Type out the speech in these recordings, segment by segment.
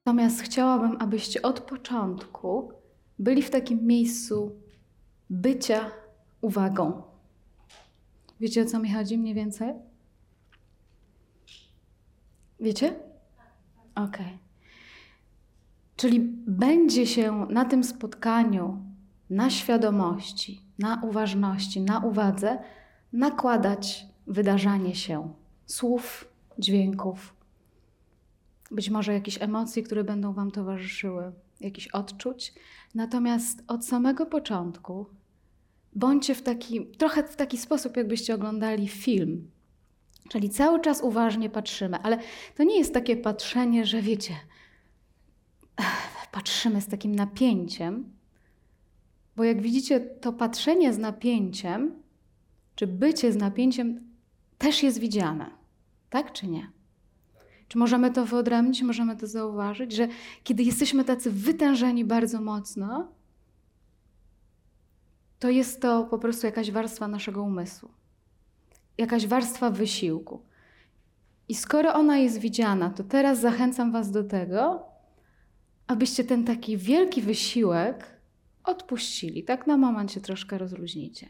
Natomiast chciałabym, abyście od początku byli w takim miejscu bycia uwagą. Wiecie, o co mi chodzi mniej więcej? Wiecie? Okej. Czyli będzie się na tym spotkaniu, na świadomości, na uważności, na uwadze nakładać wydarzanie się słów, dźwięków, być może jakichś emocji, które będą wam towarzyszyły, jakichś odczuć. Natomiast od samego początku bądźcie trochę w taki sposób, jakbyście oglądali film. Czyli cały czas uważnie patrzymy, ale to nie jest takie patrzenie, że wiecie, patrzymy z takim napięciem, bo jak widzicie, to patrzenie z napięciem, czy bycie z napięciem też jest widziane. Tak czy nie? Czy możemy to wyodrębnić, możemy to zauważyć, że kiedy jesteśmy tacy wytężeni bardzo mocno, to jest to po prostu jakaś warstwa naszego umysłu. Jakaś warstwa wysiłku. I skoro ona jest widziana, to teraz zachęcam was do tego, abyście ten taki wielki wysiłek odpuścili. Tak na moment się troszkę rozluźnijcie.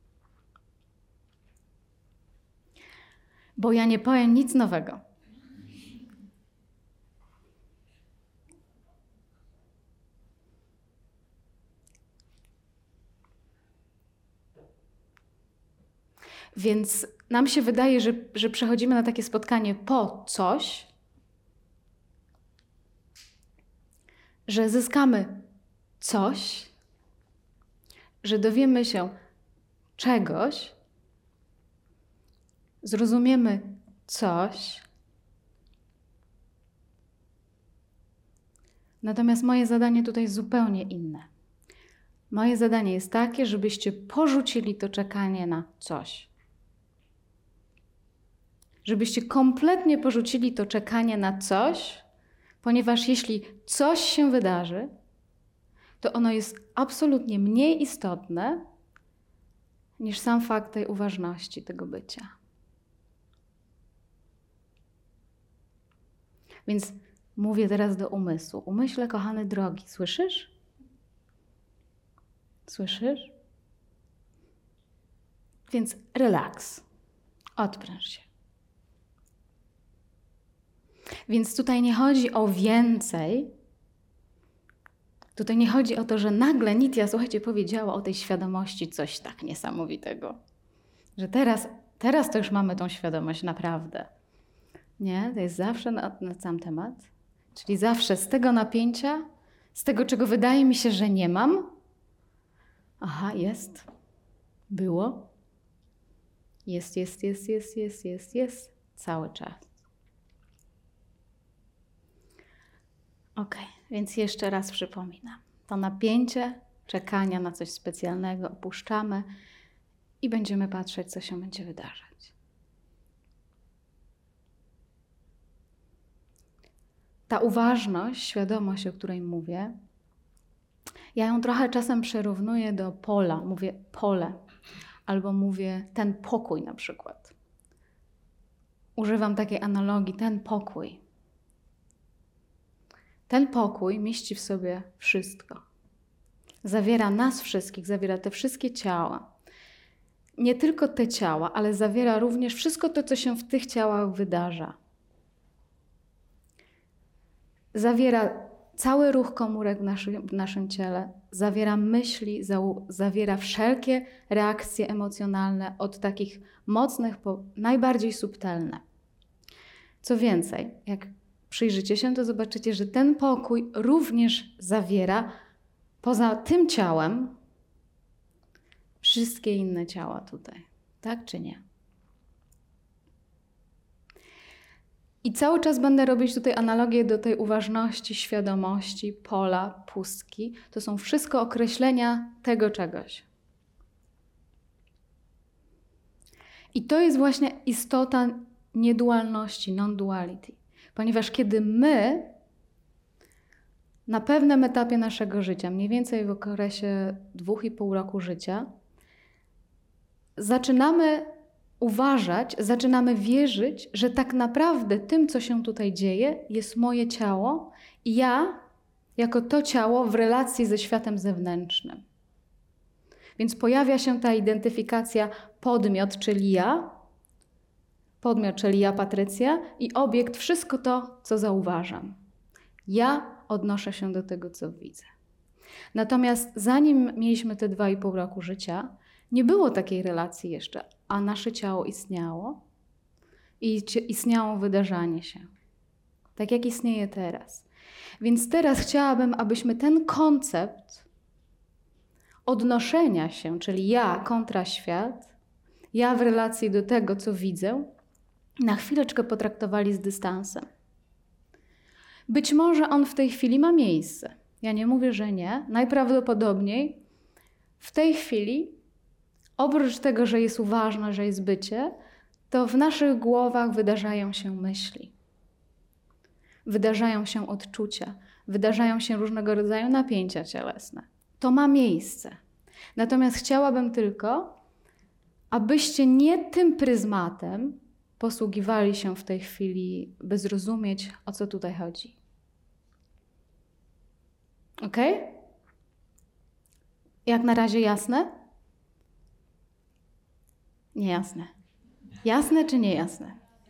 Bo ja nie powiem nic nowego. Więc nam się wydaje, że przechodzimy na takie spotkanie po coś, że zyskamy coś, że dowiemy się czegoś, zrozumiemy coś. Natomiast moje zadanie tutaj jest zupełnie inne. Moje zadanie jest takie, żebyście porzucili to czekanie na coś. Żebyście kompletnie porzucili to czekanie na coś, ponieważ jeśli coś się wydarzy, to ono jest absolutnie mniej istotne niż sam fakt tej uważności, tego bycia. Więc mówię teraz do umysłu. Umyśle, kochany drogi, słyszysz? Słyszysz? Więc relaks. Odpręż się. Więc tutaj nie chodzi o więcej. Tutaj nie chodzi o to, że nagle Nitya, słuchajcie, powiedziała o tej świadomości coś tak niesamowitego. Że teraz to już mamy tą świadomość naprawdę. Nie, to jest zawsze na sam temat. Czyli zawsze z tego napięcia, z tego, czego wydaje mi się, że nie mam. Aha, jest. Było. Jest. Cały czas. Okej, więc jeszcze raz przypominam. To napięcie czekania na coś specjalnego opuszczamy i będziemy patrzeć, co się będzie wydarzać. Ta uważność, świadomość, o której mówię, ja ją trochę czasem przyrównuję do pola. Mówię pole albo mówię ten pokój na przykład. Używam takiej analogii, ten pokój. Ten pokój mieści w sobie wszystko. Zawiera nas wszystkich, zawiera te wszystkie ciała. Nie tylko te ciała, ale zawiera również wszystko to, co się w tych ciałach wydarza. Zawiera cały ruch komórek w naszym ciele, zawiera myśli, zawiera wszelkie reakcje emocjonalne, od takich mocnych po najbardziej subtelne. Co więcej, jak przyjrzycie się, to zobaczycie, że ten pokój również zawiera poza tym ciałem wszystkie inne ciała tutaj. Tak czy nie? I cały czas będę robić tutaj analogię do tej uważności, świadomości, pola, pustki. To są wszystko określenia tego czegoś. I to jest właśnie istota niedualności, non-duality. Ponieważ kiedy my na pewnym etapie naszego życia, mniej więcej w okresie 2,5 roku życia, zaczynamy uważać, zaczynamy wierzyć, że tak naprawdę tym, co się tutaj dzieje, jest moje ciało i ja, jako to ciało, w relacji ze światem zewnętrznym. Więc pojawia się ta identyfikacja podmiot, czyli ja, Patrycja, i obiekt, wszystko to, co zauważam. Ja odnoszę się do tego, co widzę. Natomiast zanim mieliśmy te 2,5 roku życia, nie było takiej relacji jeszcze, a nasze ciało istniało i istniało wydarzanie się, tak jak istnieje teraz. Więc teraz chciałabym, abyśmy ten koncept odnoszenia się, czyli ja kontra świat, ja w relacji do tego, co widzę, na chwileczkę potraktowali z dystansem. Być może on w tej chwili ma miejsce. Ja nie mówię, że nie. Najprawdopodobniej w tej chwili, oprócz tego, że jest uważne, że jest bycie, to w naszych głowach wydarzają się myśli. Wydarzają się odczucia, wydarzają się różnego rodzaju napięcia cielesne. To ma miejsce. Natomiast chciałabym tylko, abyście nie tym pryzmatem posługiwali się w tej chwili, by zrozumieć, o co tutaj chodzi. Ok? Jak na razie jasne? Niejasne. Jasne czy niejasne?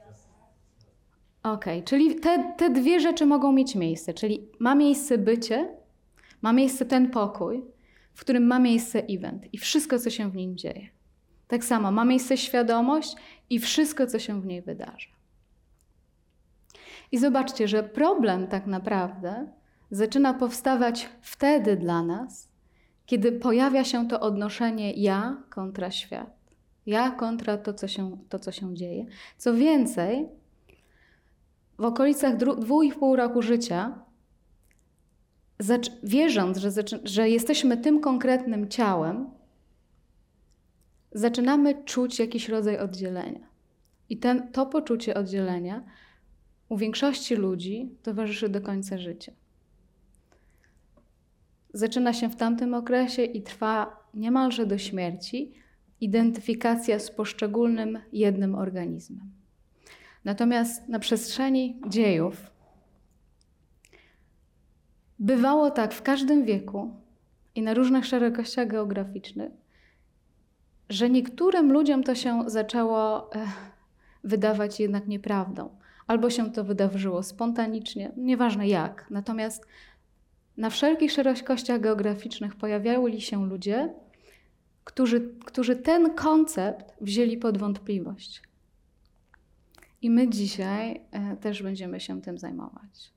Ok, czyli te dwie rzeczy mogą mieć miejsce. Czyli ma miejsce bycie, ma miejsce ten pokój, w którym ma miejsce event i wszystko, co się w nim dzieje. Tak samo ma miejsce świadomość i wszystko, co się w niej wydarza. I zobaczcie, że problem tak naprawdę zaczyna powstawać wtedy dla nas, kiedy pojawia się to odnoszenie ja kontra świat. Ja kontra to, co się dzieje. Co więcej, w okolicach 2,5 roku życia, wierząc, że jesteśmy tym konkretnym ciałem, zaczynamy czuć jakiś rodzaj oddzielenia. I to poczucie oddzielenia u większości ludzi towarzyszy do końca życia. Zaczyna się w tamtym okresie i trwa niemalże do śmierci identyfikacja z poszczególnym jednym organizmem. Natomiast na przestrzeni dziejów bywało tak w każdym wieku i na różnych szerokościach geograficznych, że niektórym ludziom to się zaczęło wydawać jednak nieprawdą. Albo się to wydarzyło spontanicznie, nieważne jak. Natomiast na wszelkich szerokościach geograficznych pojawiali się ludzie, którzy ten koncept wzięli pod wątpliwość. I my dzisiaj też będziemy się tym zajmować.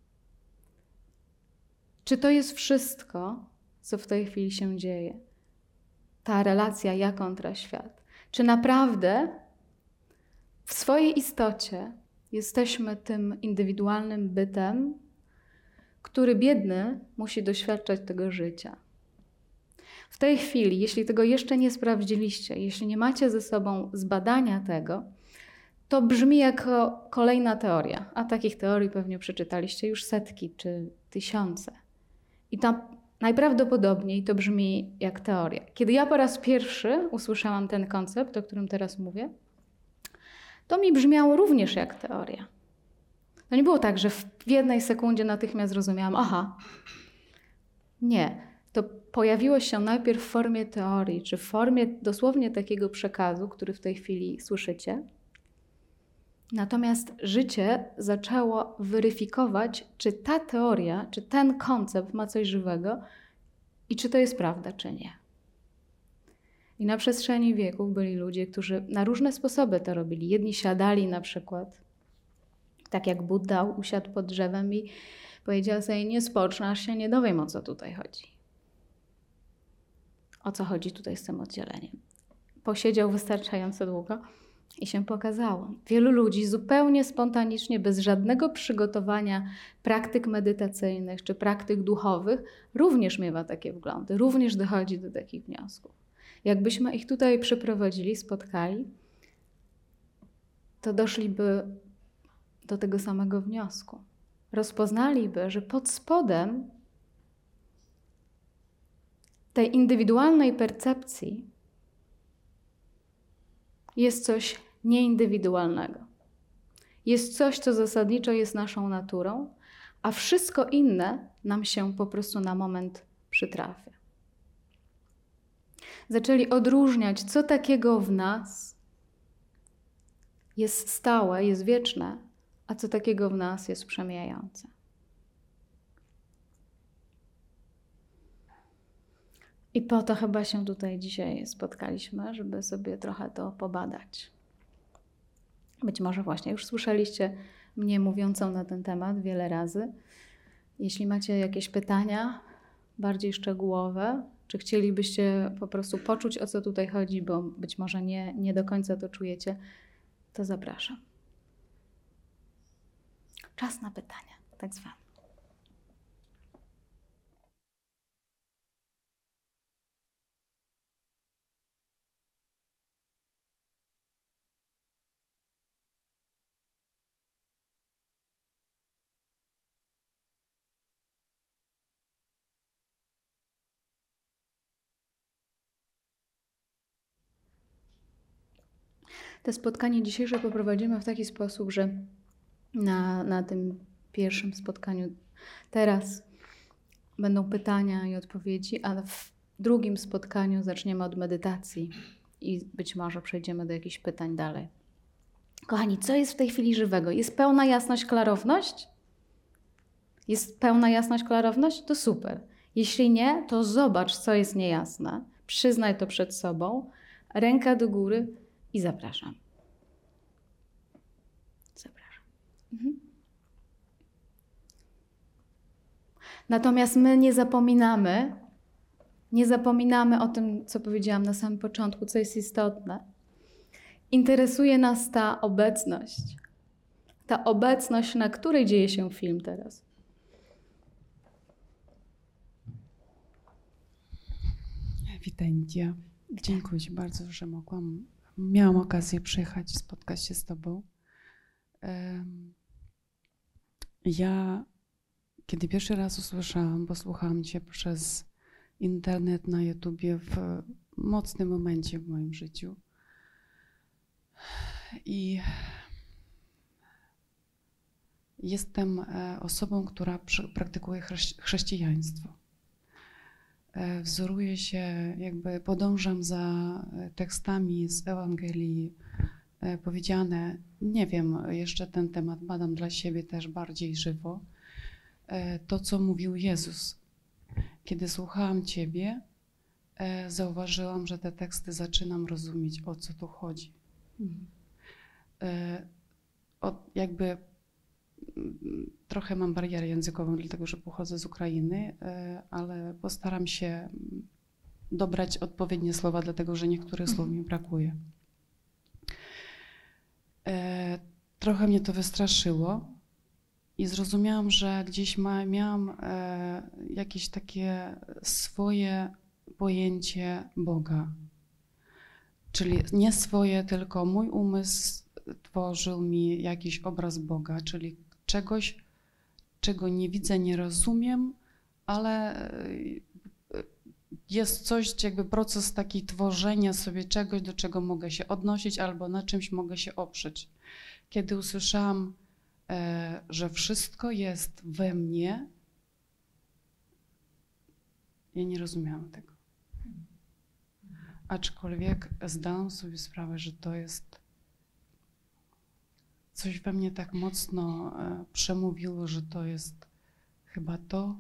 Czy to jest wszystko, co w tej chwili się dzieje? Ta relacja ja kontra świat. Czy naprawdę w swojej istocie jesteśmy tym indywidualnym bytem, który biedny musi doświadczać tego życia? W tej chwili, jeśli tego jeszcze nie sprawdziliście, jeśli nie macie ze sobą zbadania tego, to brzmi jako kolejna teoria, a takich teorii pewnie przeczytaliście już setki czy tysiące. I najprawdopodobniej to brzmi jak teoria. Kiedy ja po raz pierwszy usłyszałam ten koncept, o którym teraz mówię, to mi brzmiało również jak teoria. To nie było tak, że w jednej sekundzie natychmiast zrozumiałam, aha, nie. To pojawiło się najpierw w formie teorii, czy w formie dosłownie takiego przekazu, który w tej chwili słyszycie. Natomiast życie zaczęło weryfikować, czy ta teoria, czy ten koncept ma coś żywego i czy to jest prawda, czy nie. I na przestrzeni wieków byli ludzie, którzy na różne sposoby to robili. Jedni siadali na przykład, tak jak Budda usiadł pod drzewem i powiedział sobie, nie spocznę, aż się nie dowiem, o co tutaj chodzi. O co chodzi tutaj z tym oddzieleniem. Posiedział wystarczająco długo i się pokazało. Wielu ludzi zupełnie spontanicznie, bez żadnego przygotowania praktyk medytacyjnych czy praktyk duchowych, również miewa takie wglądy, również dochodzi do takich wniosków. Jakbyśmy ich tutaj przyprowadzili, spotkali, to doszliby do tego samego wniosku. Rozpoznaliby, że pod spodem tej indywidualnej percepcji jest coś nieindywidualnego. Jest coś, co zasadniczo jest naszą naturą, a wszystko inne nam się po prostu na moment przytrafia. Zaczęli odróżniać, co takiego w nas jest stałe, jest wieczne, a co takiego w nas jest przemijające. I po to chyba się tutaj dzisiaj spotkaliśmy, żeby sobie trochę to pobadać. Być może właśnie już słyszeliście mnie mówiącą na ten temat wiele razy. Jeśli macie jakieś pytania bardziej szczegółowe, czy chcielibyście po prostu poczuć, o co tutaj chodzi, bo być może nie do końca to czujecie, to zapraszam. Czas na pytania, tak zwane. To spotkanie dzisiejsze poprowadzimy w taki sposób, że na tym pierwszym spotkaniu teraz będą pytania i odpowiedzi, ale w drugim spotkaniu zaczniemy od medytacji i być może przejdziemy do jakichś pytań dalej. Kochani, co jest w tej chwili żywego? Jest pełna jasność, klarowność? Jest pełna jasność, klarowność? To super. Jeśli nie, to zobacz, co jest niejasne. Przyznaj to przed sobą. Ręka do góry i zapraszam. Zapraszam. Natomiast my nie zapominamy o tym, co powiedziałam na samym początku, co jest istotne. Interesuje nas ta obecność. Ta obecność, na której dzieje się film teraz. Witaj, Lidia. Dziękuję Ci bardzo, że miałam okazję przyjechać, spotkać się z Tobą. Ja, kiedy pierwszy raz usłyszałam, bo słuchałam Cię przez internet na YouTubie w mocnym momencie w moim życiu. I jestem osobą, która praktykuje chrześcijaństwo. Wzoruję się, podążam za tekstami z Ewangelii powiedziane. Nie wiem, jeszcze ten temat badam dla siebie też bardziej żywo. To, co mówił Jezus. Kiedy słuchałam Ciebie, zauważyłam, że te teksty zaczynam rozumieć, o co tu chodzi. Trochę mam barierę językową, dlatego że pochodzę z Ukrainy, ale postaram się dobrać odpowiednie słowa, dlatego że niektórych słów mi brakuje. Trochę mnie to wystraszyło i zrozumiałam, że gdzieś miałam jakieś takie swoje pojęcie Boga. Czyli nie swoje, tylko mój umysł tworzył mi jakiś obraz Boga, czyli czegoś, czego nie widzę, nie rozumiem, ale jest coś, proces taki tworzenia sobie czegoś, do czego mogę się odnosić albo na czymś mogę się oprzeć. Kiedy usłyszałam, że wszystko jest we mnie, ja nie rozumiałam tego. Aczkolwiek zdałam sobie sprawę, że to jest coś we mnie tak mocno przemówiło, że to jest chyba to.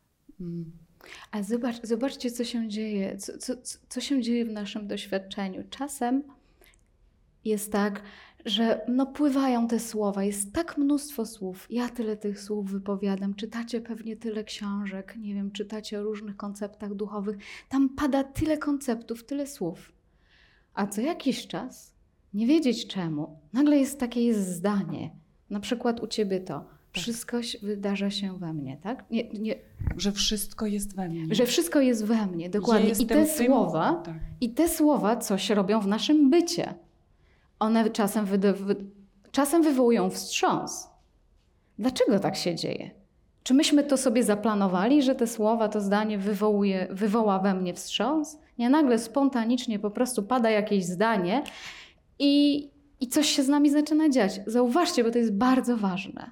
A zobaczcie, co się dzieje, co się dzieje w naszym doświadczeniu. Czasem jest tak, że pływają te słowa, jest tak mnóstwo słów. Ja tyle tych słów wypowiadam, czytacie pewnie tyle książek, nie wiem, czytacie o różnych konceptach duchowych. Tam pada tyle konceptów, tyle słów. A co jakiś czas, nie wiedzieć czemu, nagle jest zdanie. Na przykład u Ciebie to. Wszystko wydarza się we mnie, tak? Że wszystko jest we mnie. Że wszystko jest we mnie, dokładnie. I te słowa coś robią w naszym bycie. One czasem wywołują wstrząs. Dlaczego tak się dzieje? Czy myśmy to sobie zaplanowali, że te słowa, to zdanie wywoła we mnie wstrząs? Nie, nagle spontanicznie po prostu pada jakieś zdanie i coś się z nami zaczyna dziać. Zauważcie, bo to jest bardzo ważne.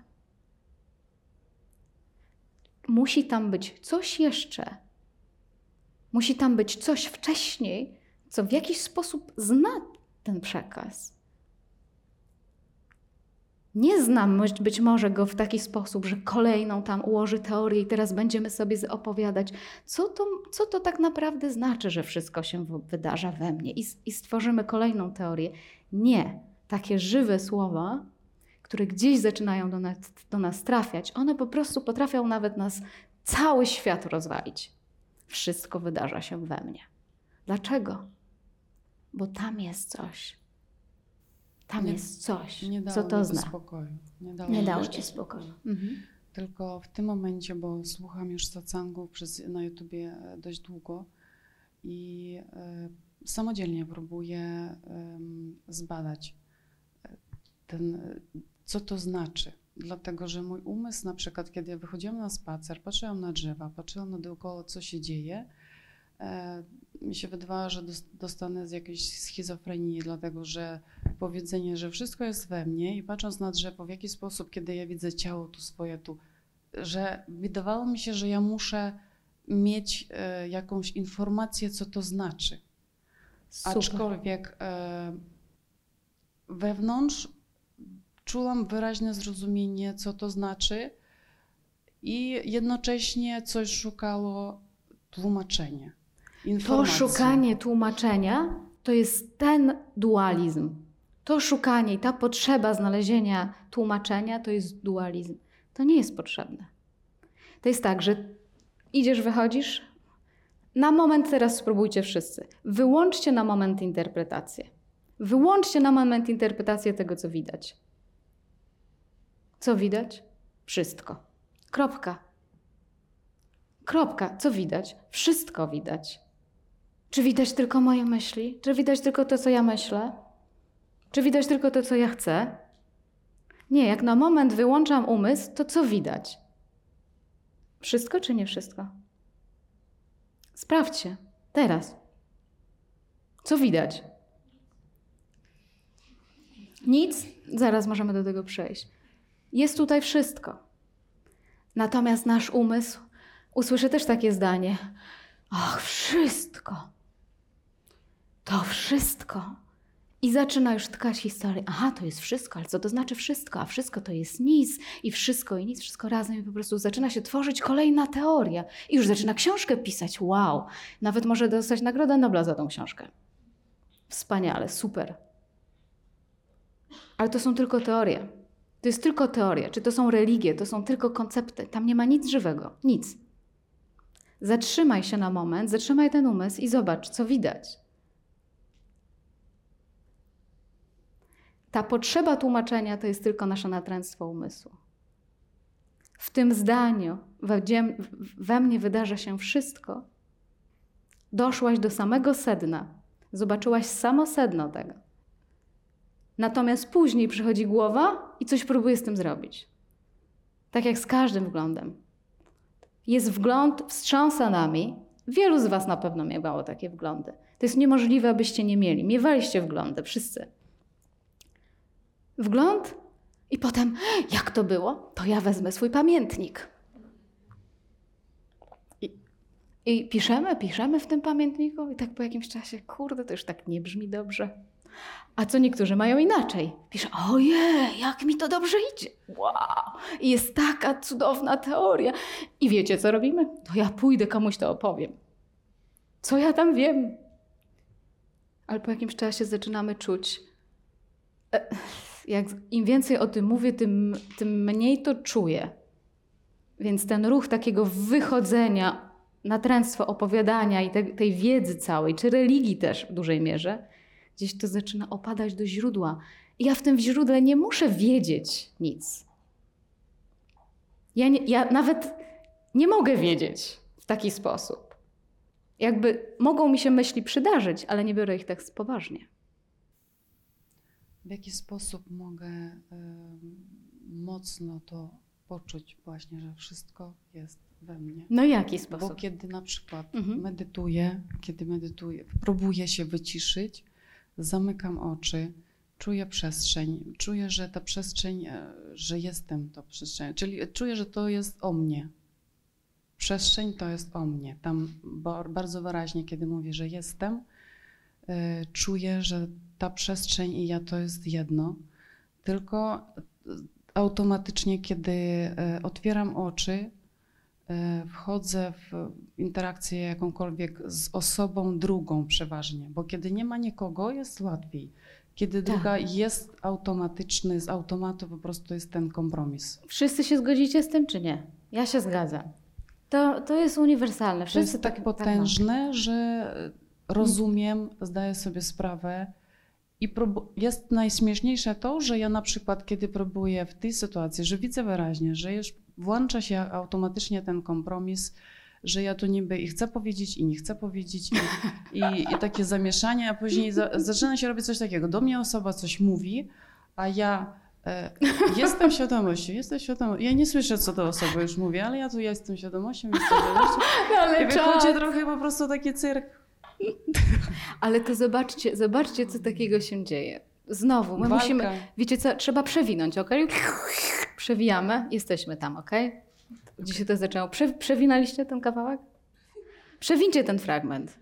Musi tam być coś jeszcze. Musi tam być coś wcześniej, co w jakiś sposób zna ten przekaz. Nie znam być może go w taki sposób, że kolejną tam ułoży teorię i teraz będziemy sobie opowiadać, co to tak naprawdę znaczy, że wszystko się wydarza we mnie i stworzymy kolejną teorię. Nie. Takie żywe słowa, które gdzieś zaczynają do nas trafiać, one po prostu potrafią nawet nas cały świat rozwalić. Wszystko wydarza się we mnie. Dlaczego? Bo tam jest coś. Tam jest coś, co to zna. Spokoju. Nie dało ci spokoju. Tylko w tym momencie, bo słucham już satsangów na YouTubie dość długo i samodzielnie próbuję zbadać co to znaczy. Dlatego, że mój umysł, na przykład, kiedy ja wychodziłam na spacer, patrzyłam na drzewa, patrzyłam na dookoła, co się dzieje, mi się wydawało, że dostanę z jakiejś schizofrenii, dlatego że powiedzenie, że wszystko jest we mnie i patrząc na drzewo, w jaki sposób, kiedy ja widzę ciało tu swoje, że wydawało mi się, że ja muszę mieć jakąś informację, co to znaczy. Super. Aczkolwiek wewnątrz czułam wyraźne zrozumienie, co to znaczy i jednocześnie coś szukało tłumaczenia, informacji. To szukanie tłumaczenia to jest ten dualizm. To szukanie i ta potrzeba znalezienia tłumaczenia to jest dualizm. To nie jest potrzebne. To jest tak, że idziesz, wychodzisz. Na moment teraz spróbujcie wszyscy. Wyłączcie na moment interpretację. Wyłączcie na moment interpretację tego, co widać. Co widać? Wszystko. Kropka. Kropka. Co widać? Wszystko widać. Czy widać tylko moje myśli? Czy widać tylko to, co ja myślę? Czy widać tylko to, co ja chcę? Nie, jak na moment wyłączam umysł, to co widać? Wszystko czy nie wszystko? Sprawdźcie. Teraz. Co widać? Nic? Zaraz możemy do tego przejść. Jest tutaj wszystko. Natomiast nasz umysł usłyszy też takie zdanie. Ach, wszystko. To wszystko. I zaczyna już tkać historię. Aha, to jest wszystko, ale co to znaczy wszystko? A wszystko to jest nic i nic, wszystko razem i po prostu zaczyna się tworzyć kolejna teoria. I już zaczyna książkę pisać. Wow. Nawet może dostać Nagrodę Nobla za tą książkę. Wspaniale, super. Ale to są tylko teorie. To jest tylko teoria. Czy to są religie, to są tylko koncepty. Tam nie ma nic żywego. Nic. Zatrzymaj się na moment, zatrzymaj ten umysł i zobacz, co widać. Ta potrzeba tłumaczenia to jest tylko nasze natręctwo umysłu. W tym zdaniu we mnie wydarza się wszystko. Doszłaś do samego sedna. Zobaczyłaś samo sedno tego. Natomiast później przychodzi głowa i coś próbuje z tym zrobić. Tak jak z każdym wglądem. Jest wgląd, wstrząsa nami. Wielu z was na pewno miewało takie wglądy. To jest niemożliwe, abyście nie mieli. Miewaliście wglądy, wszyscy. Wgląd i potem, jak to było? To ja wezmę swój pamiętnik. I piszemy w tym pamiętniku i tak po jakimś czasie, kurde, to już tak nie brzmi dobrze. A co niektórzy mają inaczej. Pisze, ojej, jak mi to dobrze idzie. Wow. I jest taka cudowna teoria. I wiecie, co robimy? To ja pójdę, komuś to opowiem. Co ja tam wiem? Ale po jakimś czasie zaczynamy czuć, im więcej o tym mówię, tym mniej to czuję. Więc ten ruch takiego wychodzenia, natręctwo opowiadania i tej wiedzy całej, czy religii też w dużej mierze, gdzieś to zaczyna opadać do źródła. I ja w tym źródle nie muszę wiedzieć nic. Ja nawet nie mogę wiedzieć w taki sposób. Jakby mogą mi się myśli przydarzyć, ale nie biorę ich tak poważnie. W jaki sposób mogę mocno to poczuć właśnie, że wszystko jest we mnie? No jaki sposób? Bo kiedy na przykład medytuję, próbuję się wyciszyć, zamykam oczy, Czuję przestrzeń, czuję, że ta przestrzeń, że jestem tą przestrzenią, czyli czuję, że to jest o mnie. Przestrzeń to jest o mnie. Tam bardzo wyraźnie, kiedy mówię, że jestem, czuję, że ta przestrzeń i ja to jest jedno. Tylko automatycznie, kiedy otwieram oczy, wchodzę w interakcję jakąkolwiek z osobą drugą przeważnie, bo kiedy nie ma nikogo, jest łatwiej. Kiedy druga jest automatyczny, z automatu po prostu jest ten kompromis. Wszyscy się zgodzicie z tym, czy nie? Ja się zgadzam. To jest uniwersalne. To Wszyscy jest tak potężne, że rozumiem, zdaję sobie sprawę i jest najśmieszniejsze to, że ja na przykład, kiedy próbuję w tej sytuacji, że widzę wyraźnie, że już włącza się automatycznie ten kompromis, że ja tu niby i chcę powiedzieć, i nie chcę powiedzieć, i takie zamieszanie, a później zaczyna się robić coś takiego. Do mnie osoba coś mówi, a ja jestem świadomością. Ja nie słyszę, co ta osoba już mówi, ale ja tu jestem świadomością. I wychodzi trochę po prostu taki cyrk. Ale to zobaczcie, co takiego się dzieje. Znowu, my musimy, wiecie co, trzeba przewinąć, okej? Przewijamy, jesteśmy tam, okej? Gdzie się to zaczęło? Przewinaliście ten kawałek? Przewincie ten fragment.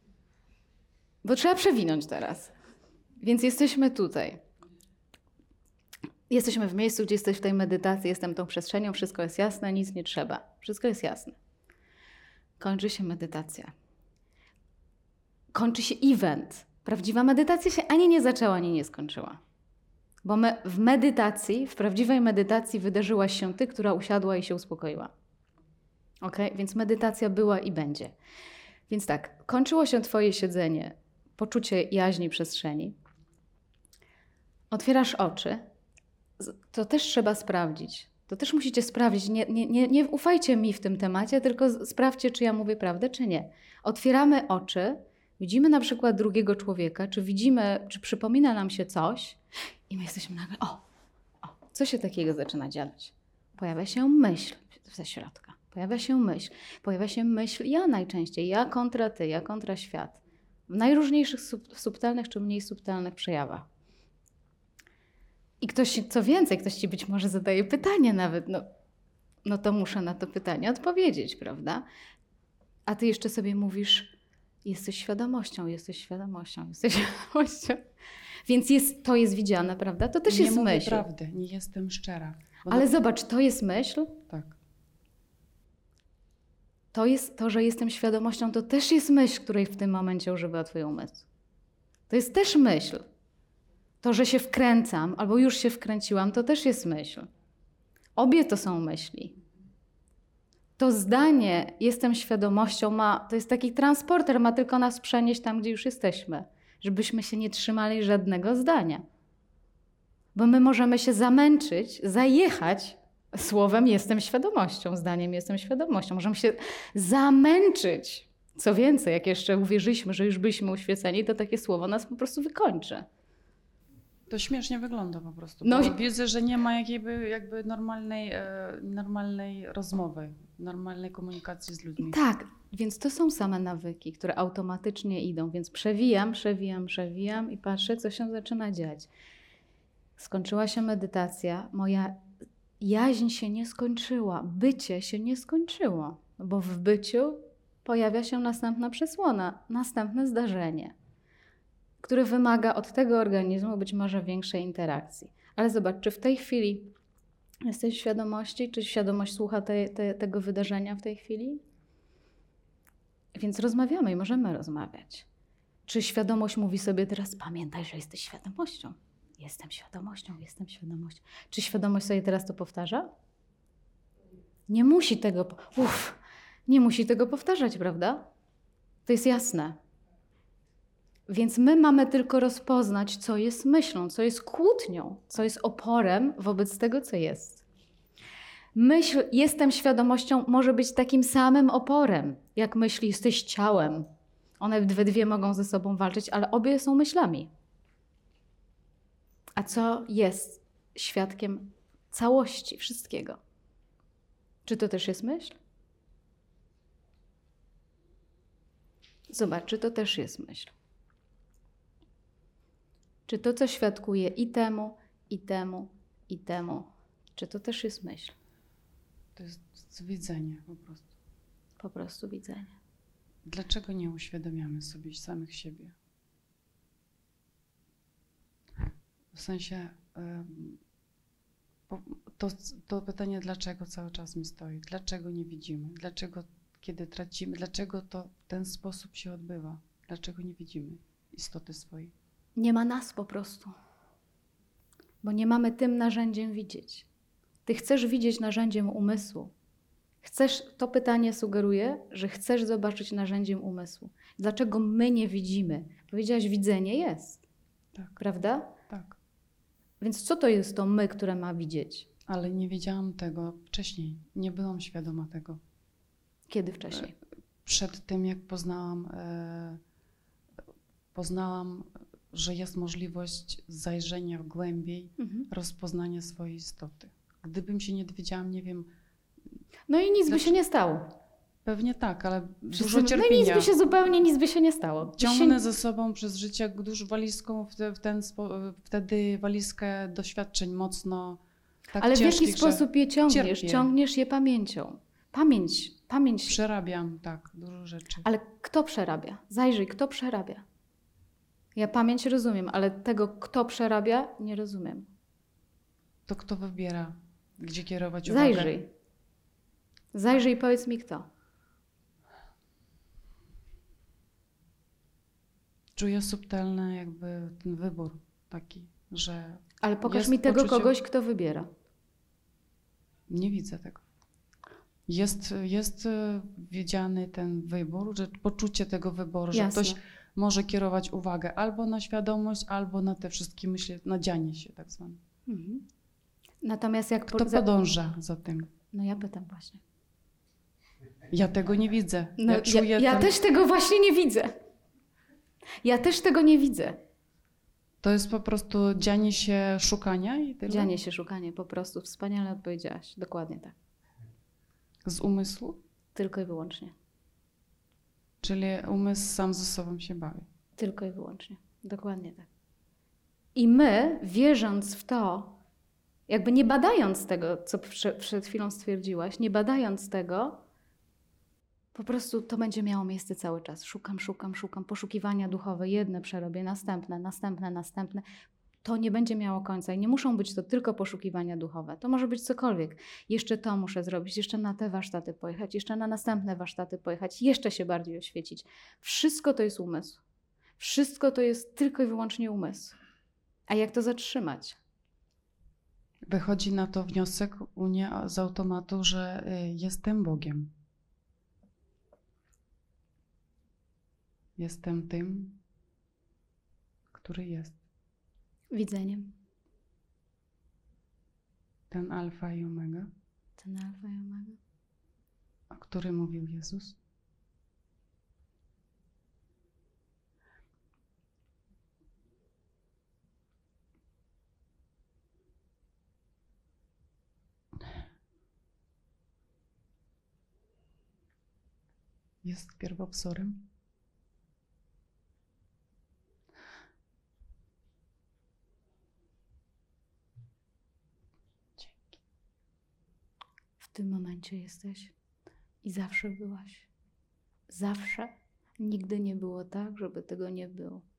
Bo trzeba przewinąć teraz. Więc jesteśmy tutaj. Jesteśmy w miejscu, gdzie jesteś w tej medytacji, jestem tą przestrzenią, wszystko jest jasne, nic nie trzeba. Wszystko jest jasne. Kończy się medytacja. Kończy się event. Prawdziwa medytacja się ani nie zaczęła, ani nie skończyła. Bo w medytacji, w prawdziwej medytacji wydarzyłaś się ty, która usiadła i się uspokoiła. Okay? Więc medytacja była i będzie. Więc tak, kończyło się twoje siedzenie, poczucie jaźni przestrzeni. Otwierasz oczy. To też trzeba sprawdzić. To też musicie sprawdzić. Nie ufajcie mi w tym temacie, tylko sprawdźcie, czy ja mówię prawdę, czy nie. Otwieramy oczy, widzimy na przykład drugiego człowieka, czy widzimy, czy przypomina nam się coś i my jesteśmy nagle, co się takiego zaczyna dziać? Pojawia się myśl ze środka. Pojawia się myśl ja najczęściej, ja kontra ty, ja kontra świat. W najróżniejszych subtelnych czy mniej subtelnych przejawach. I ktoś, co więcej, ktoś ci być może zadaje pytanie nawet, no to muszę na to pytanie odpowiedzieć, prawda? A ty jeszcze sobie mówisz, jesteś świadomością. Więc to jest widziane, prawda? To też jest myśl. Nie mówię prawdy, nie jestem szczera. Ale zobacz, to jest myśl. Tak. To, że jestem świadomością, to też jest myśl, której w tym momencie używa twój umysł. To jest też myśl. To, że się wkręcam, albo już się wkręciłam, to też jest myśl. Obie to są myśli. To zdanie, jestem świadomością, to jest taki transporter, ma tylko nas przenieść tam, gdzie już jesteśmy. Żebyśmy się nie trzymali żadnego zdania. Bo my możemy się zamęczyć, zajechać słowem jestem świadomością, zdaniem jestem świadomością. Możemy się zamęczyć. Co więcej, jak jeszcze uwierzyliśmy, że już byliśmy uświeceni, to takie słowo nas po prostu wykończy. To śmiesznie wygląda po prostu. Widzę, że nie ma jakby normalnej rozmowy, normalnej komunikacji z ludźmi. Tak, więc to są same nawyki, które automatycznie idą. Więc przewijam i patrzę, co się zaczyna dziać. Skończyła się medytacja, moja jaźń się nie skończyła, bycie się nie skończyło, bo w byciu pojawia się następna przesłona, następne zdarzenie, które wymaga od tego organizmu być może większej interakcji. Ale zobacz, czy w tej chwili jesteś w świadomości, czy świadomość słucha tego wydarzenia w tej chwili? Więc rozmawiamy i możemy rozmawiać. Czy świadomość mówi sobie teraz, pamiętaj, że jesteś świadomością. Jestem świadomością. Czy świadomość sobie teraz to powtarza? Nie musi tego powtarzać, prawda? To jest jasne. Więc my mamy tylko rozpoznać, co jest myślą, co jest kłótnią, co jest oporem wobec tego, co jest. Myśl, jestem świadomością, może być takim samym oporem, jak myśl, jesteś ciałem. One dwie mogą ze sobą walczyć, ale obie są myślami. A co jest świadkiem całości, wszystkiego? Czy to też jest myśl? Zobacz, czy to też jest myśl. Czy to, co świadkuje i temu, i temu, i temu, czy to też jest myśl? To jest widzenie po prostu. Po prostu widzenie. Dlaczego nie uświadamiamy sobie samych siebie? W sensie, to pytanie dlaczego cały czas mi stoi. Dlaczego nie widzimy? Dlaczego kiedy tracimy? Dlaczego to w ten sposób się odbywa? Dlaczego nie widzimy istoty swojej? Nie ma nas po prostu. Bo nie mamy tym narzędziem widzieć. Ty chcesz widzieć narzędziem umysłu. To pytanie sugeruje, że chcesz zobaczyć narzędziem umysłu. Dlaczego my nie widzimy? Powiedziałaś, widzenie jest. Tak, Prawda? tak. Więc co to jest to my, które ma widzieć? Ale nie wiedziałam tego wcześniej. Nie byłam świadoma tego. Kiedy wcześniej? Przed tym, jak poznałam, że jest możliwość zajrzenia głębiej, rozpoznania swojej istoty. Gdybym się nie dowiedziała, nie wiem. No i nic by się nie stało. Pewnie tak, ale Wszyscy, dużo no i cierpienia. nic by się nie stało. Ciągnę ze sobą przez życie dużo walizką, wtedy walizkę doświadczeń mocno tak ale w jaki ciężkich, że sposób je ciągniesz? cierpię. Ciągniesz je pamięcią. Pamięć. Przerabiam, tak, dużo rzeczy. Ale kto przerabia? Zajrzyj, kto przerabia. Ja pamięć rozumiem, ale tego, kto przerabia, nie rozumiem. To kto wybiera, gdzie kierować uwagę? Zajrzyj i powiedz mi kto. Czuję subtelny jakby ten wybór taki, że Ale pokaż jest mi tego poczucie- kogoś, kto wybiera. nie widzę tego. Jest widziany ten wybór, że poczucie tego wyboru, że Jasne. ktoś może kierować uwagę albo na świadomość, albo na te wszystkie myśli, na dzianie się tak zwane. Mhm. Natomiast jak... Kto podąża za tym? No ja pytam właśnie. Ja tego nie widzę. No, Ja czuję ja ten... też tego właśnie nie widzę. Ja też tego nie widzę. To jest po prostu dzianie się szukania i tyle? Dzianie się, szukanie, po prostu. Wspaniale odpowiedziałaś. Dokładnie tak. Z umysłu? Tylko i wyłącznie. Czyli umysł sam ze sobą się bawi. Tylko i wyłącznie. Dokładnie tak. I my, wierząc w to, jakby nie badając tego, co przed chwilą stwierdziłaś, nie badając tego, po prostu to będzie miało miejsce cały czas. Szukam. Poszukiwania duchowe. Jedne przerobię, następne. To nie będzie miało końca i nie muszą być to tylko poszukiwania duchowe. To może być cokolwiek. Jeszcze to muszę zrobić, jeszcze na te warsztaty pojechać, jeszcze na następne warsztaty pojechać, jeszcze się bardziej oświecić. Wszystko to jest umysł. Wszystko to jest tylko i wyłącznie umysł. A jak to zatrzymać? Wychodzi na to wniosek u mnie z automatu, że jestem Bogiem. Jestem tym, który jest. Widzeniem. Ten alfa i omega, Ten alfa i omega. o którym mówił Jezus. Jest pierwowzorem. Dzięki. W tym momencie jesteś i zawsze byłaś. Zawsze. Nigdy nie było tak, żeby tego nie było.